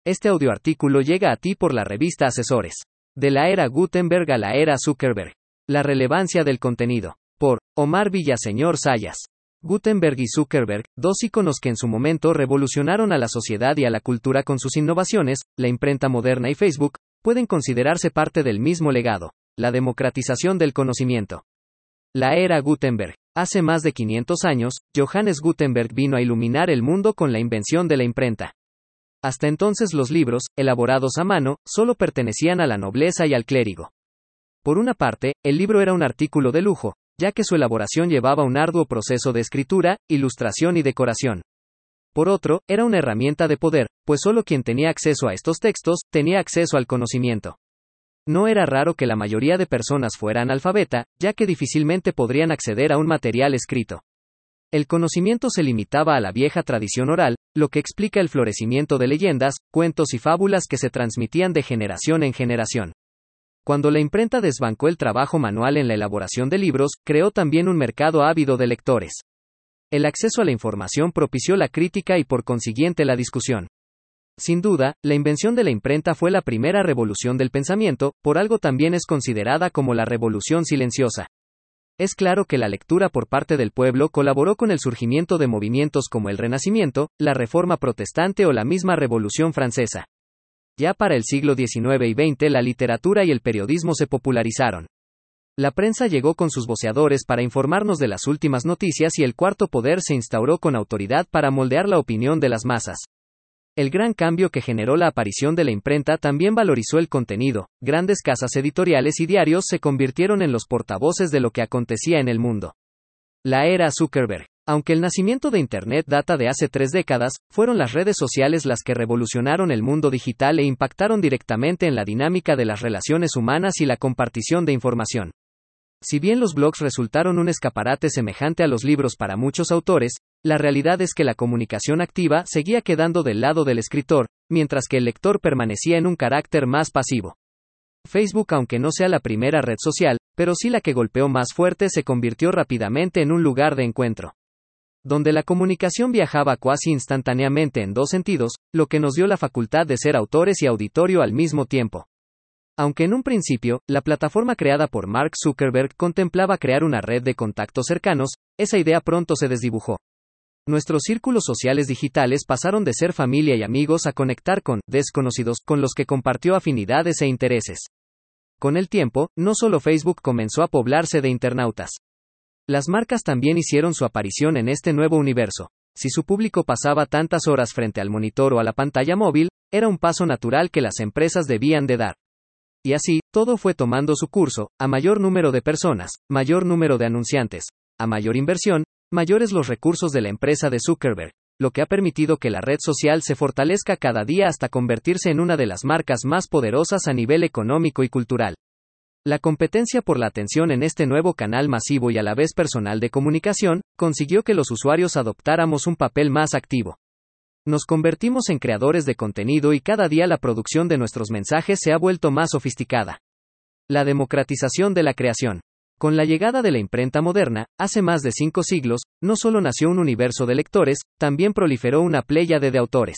Este audioartículo llega a ti por la revista Asesores. De la era Gutenberg a la era Zuckerberg. La relevancia del contenido. Por Omar Villaseñor Sayas. Gutenberg y Zuckerberg, dos íconos que en su momento revolucionaron a la sociedad y a la cultura con sus innovaciones, la imprenta moderna y Facebook, pueden considerarse parte del mismo legado, la democratización del conocimiento. La era Gutenberg. Hace más de 500 años, Johannes Gutenberg vino a iluminar el mundo con la invención de la imprenta. Hasta entonces los libros, elaborados a mano, solo pertenecían a la nobleza y al clérigo. Por una parte, el libro era un artículo de lujo, ya que su elaboración llevaba un arduo proceso de escritura, ilustración y decoración. Por otro, era una herramienta de poder, pues solo quien tenía acceso a estos textos, tenía acceso al conocimiento. No era raro que la mayoría de personas fueran analfabeta, ya que difícilmente podrían acceder a un material escrito. El conocimiento se limitaba a la vieja tradición oral, lo que explica el florecimiento de leyendas, cuentos y fábulas que se transmitían de generación en generación. Cuando la imprenta desbancó el trabajo manual en la elaboración de libros, creó también un mercado ávido de lectores. El acceso a la información propició la crítica y por consiguiente la discusión. Sin duda, la invención de la imprenta fue la primera revolución del pensamiento, por algo también es considerada como la revolución silenciosa. Es claro que la lectura por parte del pueblo colaboró con el surgimiento de movimientos como el Renacimiento, la Reforma Protestante o la misma Revolución Francesa. Ya para el siglo XIX y XX la literatura y el periodismo se popularizaron. La prensa llegó con sus voceadores para informarnos de las últimas noticias y el cuarto poder se instauró con autoridad para moldear la opinión de las masas. El gran cambio que generó la aparición de la imprenta también valorizó el contenido. Grandes casas editoriales y diarios se convirtieron en los portavoces de lo que acontecía en el mundo. La era Zuckerberg. Aunque el nacimiento de Internet data de hace 3 décadas, fueron las redes sociales las que revolucionaron el mundo digital e impactaron directamente en la dinámica de las relaciones humanas y la compartición de información. Si bien los blogs resultaron un escaparate semejante a los libros para muchos autores, la realidad es que la comunicación activa seguía quedando del lado del escritor, mientras que el lector permanecía en un carácter más pasivo. Facebook, aunque no sea la primera red social, pero sí la que golpeó más fuerte, se convirtió rápidamente en un lugar de encuentro, donde la comunicación viajaba casi instantáneamente en dos sentidos, lo que nos dio la facultad de ser autores y auditorio al mismo tiempo. Aunque en un principio, la plataforma creada por Mark Zuckerberg contemplaba crear una red de contactos cercanos, esa idea pronto se desdibujó. Nuestros círculos sociales digitales pasaron de ser familia y amigos a conectar con desconocidos, con los que compartió afinidades e intereses. Con el tiempo, no solo Facebook comenzó a poblarse de internautas. Las marcas también hicieron su aparición en este nuevo universo. Si su público pasaba tantas horas frente al monitor o a la pantalla móvil, era un paso natural que las empresas debían de dar. Y así, todo fue tomando su curso. A mayor número de personas, mayor número de anunciantes, a mayor inversión, mayores los recursos de la empresa de Zuckerberg, lo que ha permitido que la red social se fortalezca cada día hasta convertirse en una de las marcas más poderosas a nivel económico y cultural. La competencia por la atención en este nuevo canal masivo y a la vez personal de comunicación, consiguió que los usuarios adoptáramos un papel más activo. Nos convertimos en creadores de contenido y cada día la producción de nuestros mensajes se ha vuelto más sofisticada. La democratización de la creación. Con la llegada de la imprenta moderna, hace más de 5 siglos, no solo nació un universo de lectores, también proliferó una pléyade de autores.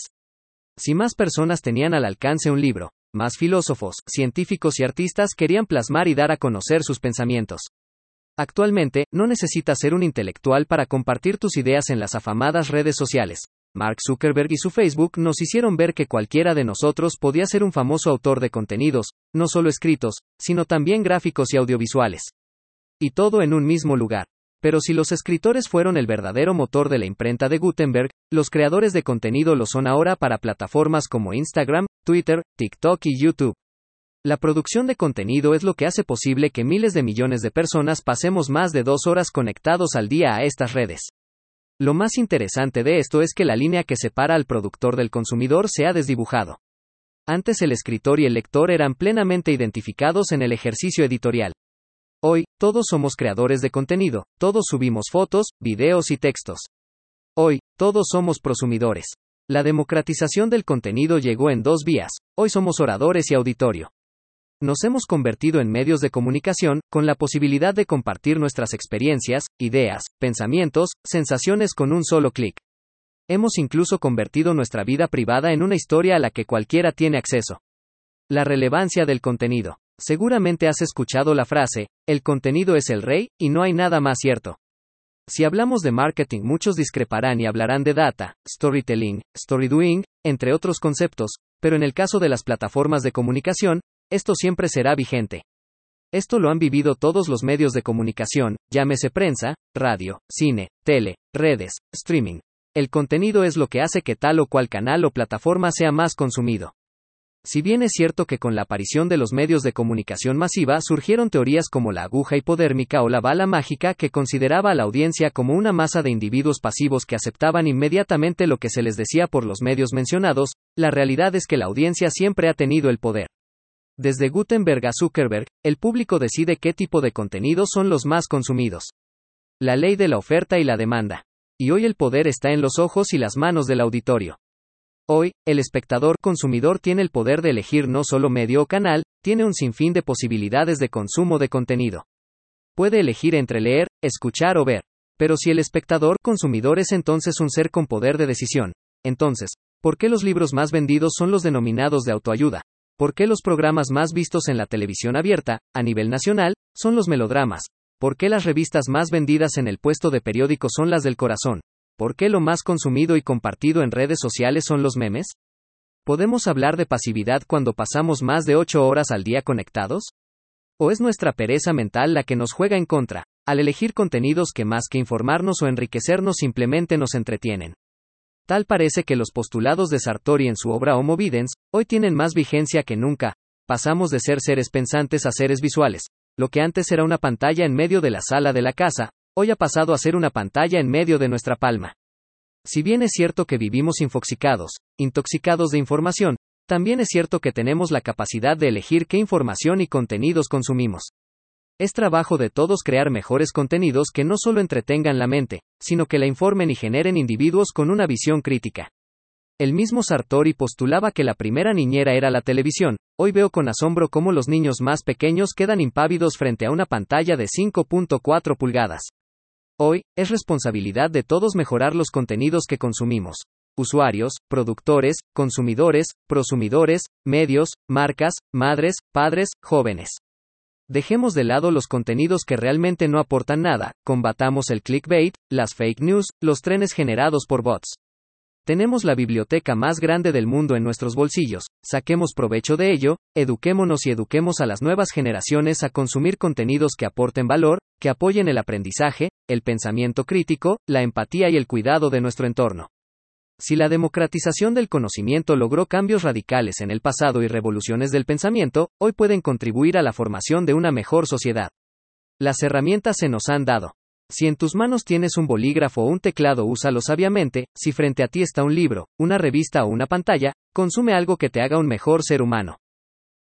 Si más personas tenían al alcance un libro, más filósofos, científicos y artistas querían plasmar y dar a conocer sus pensamientos. Actualmente, no necesitas ser un intelectual para compartir tus ideas en las afamadas redes sociales. Mark Zuckerberg y su Facebook nos hicieron ver que cualquiera de nosotros podía ser un famoso autor de contenidos, no solo escritos, sino también gráficos y audiovisuales. Y todo en un mismo lugar. Pero si los escritores fueron el verdadero motor de la imprenta de Gutenberg, los creadores de contenido lo son ahora para plataformas como Instagram, Twitter, TikTok y YouTube. La producción de contenido es lo que hace posible que miles de millones de personas pasemos más de 2 horas conectados al día a estas redes. Lo más interesante de esto es que la línea que separa al productor del consumidor se ha desdibujado. Antes el escritor y el lector eran plenamente identificados en el ejercicio editorial. Hoy, todos somos creadores de contenido, todos subimos fotos, videos y textos. Hoy, todos somos prosumidores. La democratización del contenido llegó en 2 vías, hoy somos oradores y auditorio. Nos hemos convertido en medios de comunicación, con la posibilidad de compartir nuestras experiencias, ideas, pensamientos, sensaciones con un solo clic. Hemos incluso convertido nuestra vida privada en una historia a la que cualquiera tiene acceso. La relevancia del contenido. Seguramente has escuchado la frase, el contenido es el rey, y no hay nada más cierto. Si hablamos de marketing, muchos discreparán y hablarán de data, storytelling, story doing, entre otros conceptos, pero en el caso de las plataformas de comunicación, esto siempre será vigente. Esto lo han vivido todos los medios de comunicación, llámese prensa, radio, cine, tele, redes, streaming. El contenido es lo que hace que tal o cual canal o plataforma sea más consumido. Si bien es cierto que con la aparición de los medios de comunicación masiva surgieron teorías como la aguja hipodérmica o la bala mágica que consideraba a la audiencia como una masa de individuos pasivos que aceptaban inmediatamente lo que se les decía por los medios mencionados, la realidad es que la audiencia siempre ha tenido el poder. Desde Gutenberg a Zuckerberg, el público decide qué tipo de contenidos son los más consumidos. La ley de la oferta y la demanda. Y hoy el poder está en los ojos y las manos del auditorio. Hoy, el espectador consumidor tiene el poder de elegir no solo medio o canal, tiene un sinfín de posibilidades de consumo de contenido. Puede elegir entre leer, escuchar o ver. Pero si el espectador consumidor es entonces un ser con poder de decisión, entonces, ¿por qué los libros más vendidos son los denominados de autoayuda? ¿Por qué los programas más vistos en la televisión abierta, a nivel nacional, son los melodramas? ¿Por qué las revistas más vendidas en el puesto de periódico son las del corazón? ¿Por qué lo más consumido y compartido en redes sociales son los memes? ¿Podemos hablar de pasividad cuando pasamos más de 8 horas al día conectados? ¿O es nuestra pereza mental la que nos juega en contra, al elegir contenidos que más que informarnos o enriquecernos simplemente nos entretienen? Tal parece que los postulados de Sartori en su obra Homo Videns, hoy tienen más vigencia que nunca. Pasamos de ser seres pensantes a seres visuales. Lo que antes era una pantalla en medio de la sala de la casa, hoy ha pasado a ser una pantalla en medio de nuestra palma. Si bien es cierto que vivimos intoxicados de información, también es cierto que tenemos la capacidad de elegir qué información y contenidos consumimos. Es trabajo de todos crear mejores contenidos que no solo entretengan la mente, sino que la informen y generen individuos con una visión crítica. El mismo Sartori postulaba que la primera niñera era la televisión. Hoy veo con asombro cómo los niños más pequeños quedan impávidos frente a una pantalla de 5.4 pulgadas. Hoy, es responsabilidad de todos mejorar los contenidos que consumimos. Usuarios, productores, consumidores, prosumidores, medios, marcas, madres, padres, jóvenes. Dejemos de lado los contenidos que realmente no aportan nada, combatamos el clickbait, las fake news, los trenes generados por bots. Tenemos la biblioteca más grande del mundo en nuestros bolsillos, saquemos provecho de ello, eduquémonos y eduquemos a las nuevas generaciones a consumir contenidos que aporten valor, que apoyen el aprendizaje, el pensamiento crítico, la empatía y el cuidado de nuestro entorno. Si la democratización del conocimiento logró cambios radicales en el pasado y revoluciones del pensamiento, hoy pueden contribuir a la formación de una mejor sociedad. Las herramientas se nos han dado. Si en tus manos tienes un bolígrafo o un teclado, úsalo sabiamente. Si frente a ti está un libro, una revista o una pantalla, consume algo que te haga un mejor ser humano.